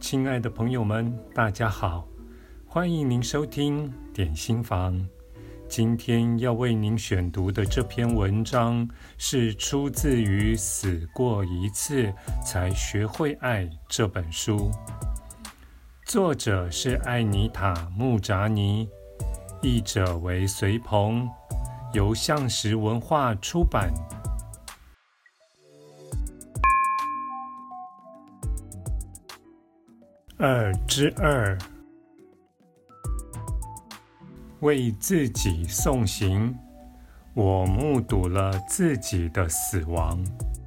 亲爱的朋友们，大家好，欢迎您收听点心房。今天要为您选读的这篇文章是出自于《死过一次才学会爱》这本书，作者是艾妮塔·穆扎尼，译者为随鹏，由橡实文化出版。2之2，为自己送行，我目睹了自己的死亡。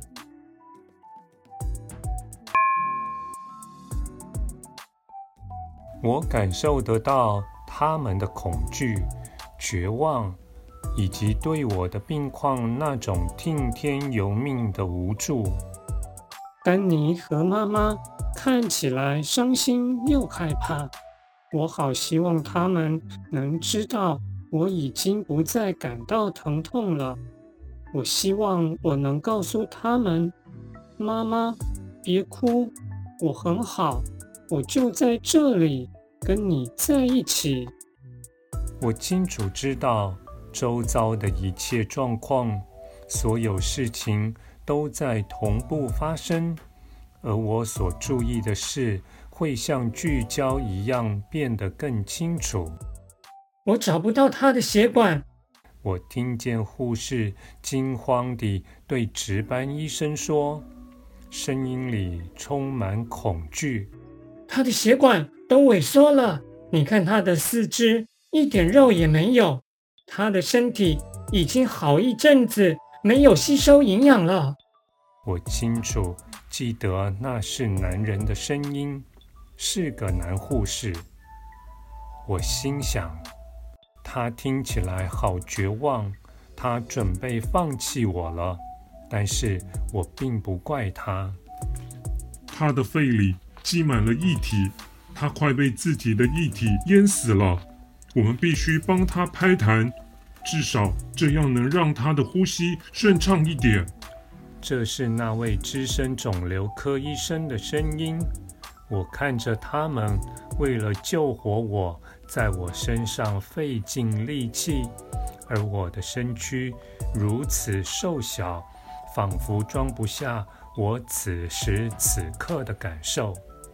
我感受得到他们的恐惧、绝望，以及对我的病况那种听天由命的无助。 丹尼和妈妈看起来伤心又害怕，我好希望他们能知道我已经不再感到疼痛了。我希望我能告诉他们，妈妈，别哭，我很好，我就在这里跟你在一起。 我清楚知道周遭的一切状况，所有事情都在同步发生，而我所注意的事会像聚焦一样变得更清楚。 我找不到他的血管。 我听见护士惊慌地对值班医生说，声音里充满恐惧。 他的血管都萎缩了，你看他的四肢一点肉也没有，他的身体已经好一阵子没有吸收营养了。 我清楚记得那是男人的声音，是个男护士。我心想，他听起来好绝望，他准备放弃我了，但是我并不怪他。 他的肺里积满了液体，他快被自己的液体淹死了。我们必须帮他拍痰，至少这样能让他的呼吸顺畅一点。 这是那位资深肿瘤科医生的声音。我看着他们为了救活我，在我身上费尽力气，而我的身躯如此瘦小，仿佛装不下我此时此刻的感受。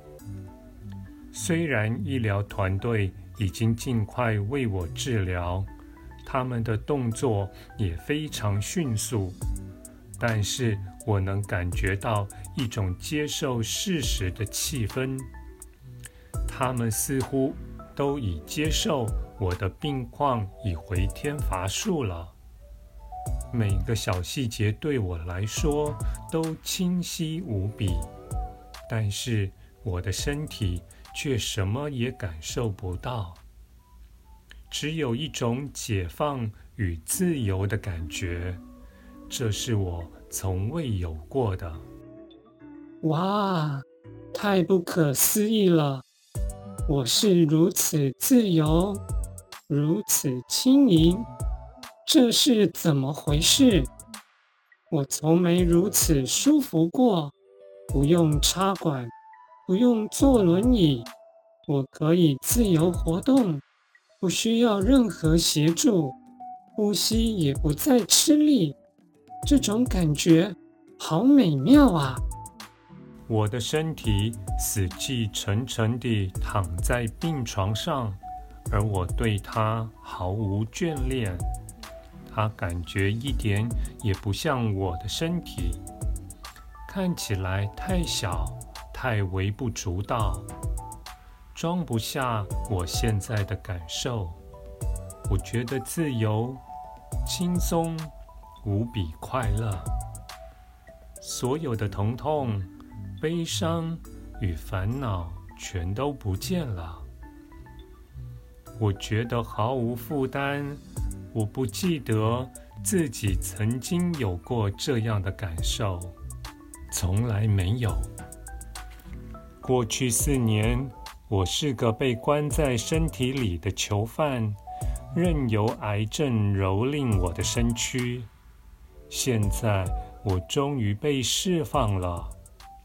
虽然医疗团队已经尽快为我治疗，他们的动作也非常迅速，但是我能感觉到一种接受事实的气氛。他们似乎都已接受我的病况已回天乏术了。每个小细节对我来说都清晰无比，但是我的身体却什么也感受不到，只有一种解放与自由的感觉，这是我从未有过的。 哇，太不可思议了！我是如此自由，如此轻盈，这是怎么回事？我从没如此舒服过，不用插管，不用坐轮椅，我可以自由活动，不需要任何协助，呼吸也不再吃力。这种感觉好美妙啊！ 我的身体死气沉沉地躺在病床上，而我对它毫无眷恋。它感觉一点也不像我的身体，看起来太小，太微不足道，装不下我现在的感受。我觉得自由、轻松，无比快乐。所有的疼痛、悲伤与烦恼全都不见了。我觉得毫无负担，我不记得自己曾经有过这样的感受，从来没有。过去4年，我是个被关在身体里的囚犯，任由癌症蹂躏我的身躯。现在我终于被释放了。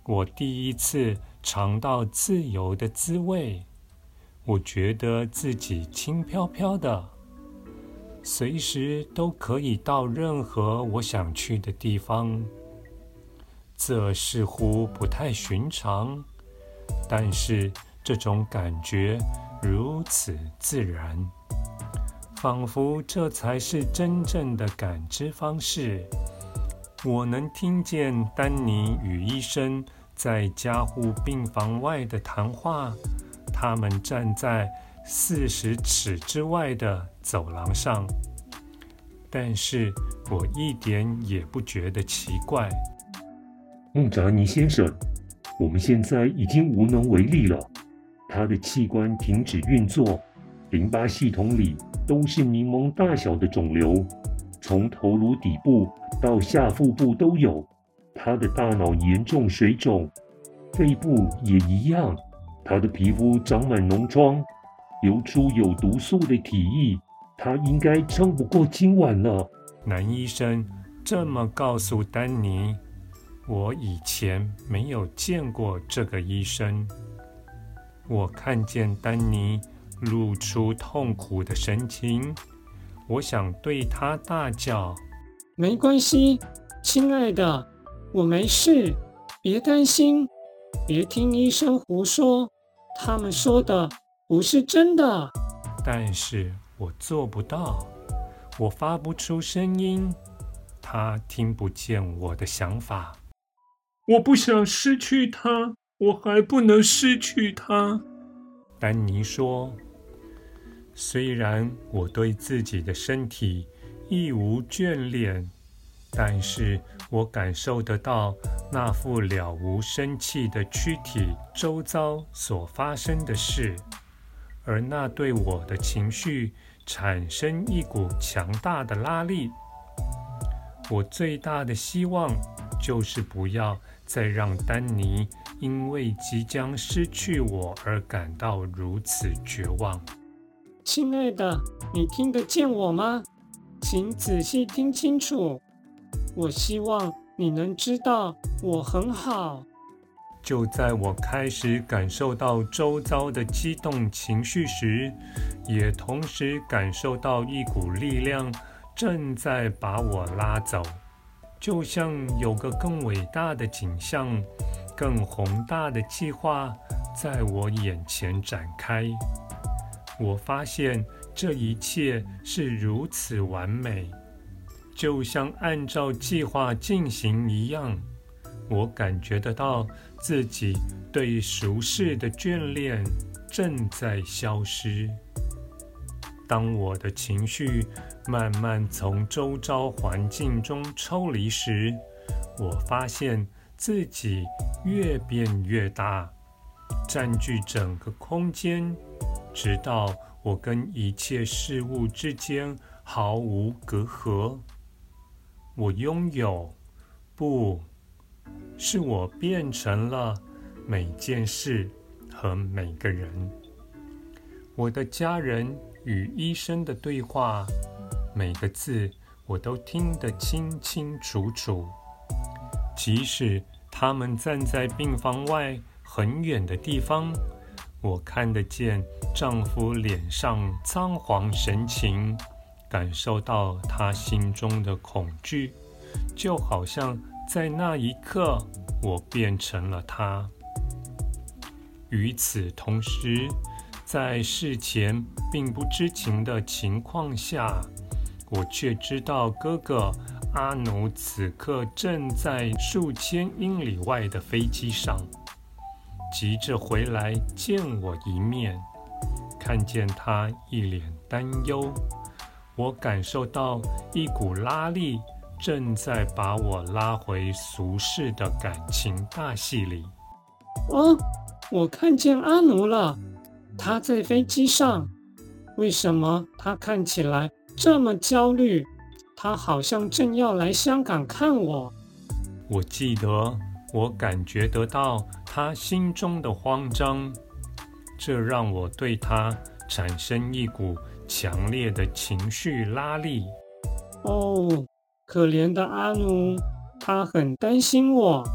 我第一次尝到自由的滋味，我觉得自己轻飘飘的，随时都可以到任何我想去的地方。这似乎不太寻常，但是这种感觉如此自然，仿佛这才是真正的感知方式。我能听见丹尼与医生在加护病房外的谈话，他们站在40尺之外的走廊上，但是我一点也不觉得奇怪。 孟扎尼先生，我们现在已经无能为力了。他的器官停止运作，淋巴系统里都是柠檬大小的肿瘤，从头颅底部到下腹部都有。他的大脑严重水肿，肺部也一样。他的皮肤长满脓疮，流出有毒素的体液，他应该撑不过今晚了。 男医生这么告诉丹尼。我以前没有见过这个医生。我看见丹尼露出痛苦的神情，我想对他大叫： 没关系，亲爱的，我没事，别担心，别听医生胡说，他们说的不是真的。 但是我做不到，我发不出声音，他听不见我的想法。 我不想失去他，我还不能失去他。 丹尼说，虽然我对自己的身体亦无眷恋，但是我感受得到那副了无生气的躯体周遭所发生的事，而那对我的情绪产生一股强大的拉力。我最大的希望就是不要再让丹尼因为即将失去我而感到如此绝望。 亲爱的，你听得见我吗？请仔细听清楚，我希望你能知道我很好。 就在我开始感受到周遭的激动情绪时，也同时感受到一股力量正在把我拉走，就像有个更伟大的景象、更宏大的计划在我眼前展开。我发现这一切是如此完美，就像按照计划进行一样。我感觉得到自己对熟识的眷恋正在消失。当我的情绪慢慢从周遭环境中抽离时，我发现自己越变越大，占据整个空间，直到我跟一切事物之间毫无隔阂。我拥有，不，是我变成了每件事和每个人。我的家人与医生的对话，每个字我都听得清清楚楚，即使他们站在病房外很远的地方，我看得见丈夫脸上仓皇神情，感受到他心中的恐惧，就好像在那一刻我变成了他。与此同时，在事前并不知情的情况下，我却知道哥哥阿努此刻正在数千英里外的飞机上，急着回来见我一面。看见他一脸担忧，我感受到一股拉力正在把我拉回俗世的感情大戏里。 哦，我看见阿奴了，他在飞机上。为什么他看起来这么焦虑？他好像正要来香港看我。 我记得我感觉得到他心中的慌张，这让我对他产生一股强烈的情绪拉力。 哦，可怜的阿奴，他很担心我，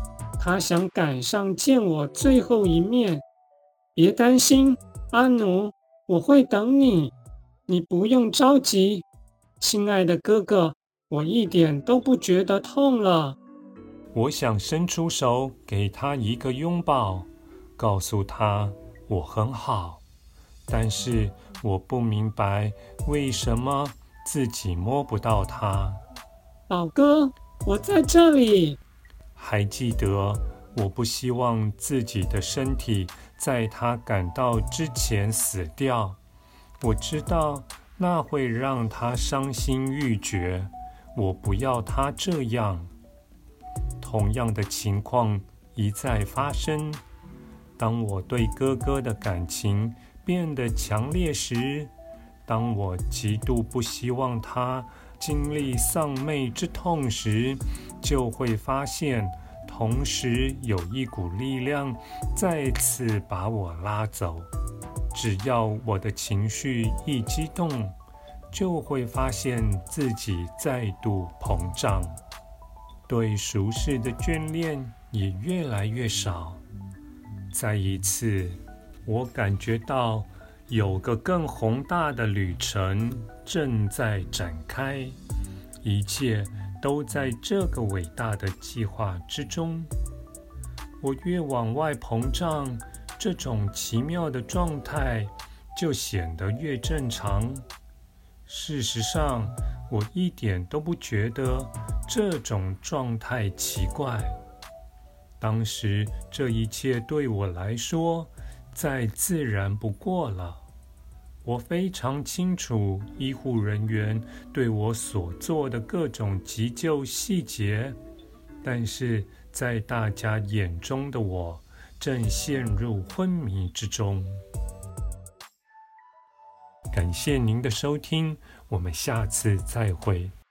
他想赶上见我最后一面。别担心，阿奴，我会等你，你不用着急。亲爱的哥哥，我一点都不觉得痛了。 我想伸出手给他一个拥抱，告诉他我很好，但是我不明白为什么自己摸不到他。 宝哥，我在这里。 还记得，我不希望自己的身体在他赶到之前死掉。我知道那会让他伤心欲绝，我不要他这样。同样的情况一再发生。当我对哥哥的感情变得强烈时，当我极度不希望他经历丧妹之痛时，就会发现，同时有一股力量再次把我拉走。只要我的情绪一激动，就会发现自己再度膨胀，对俗世的眷恋也越来越少。再一次，我感觉到有个更宏大的旅程正在展开，一切都在这个伟大的计划之中。我越往外膨胀，这种奇妙的状态就显得越正常。事实上，我一点都不觉得这种状态奇怪。当时这一切对我来说再自然不过了。我非常清楚医护人员对我所做的各种急救细节，但是在大家眼中的我正陷入昏迷之中。感谢您的收听，我们下次再会。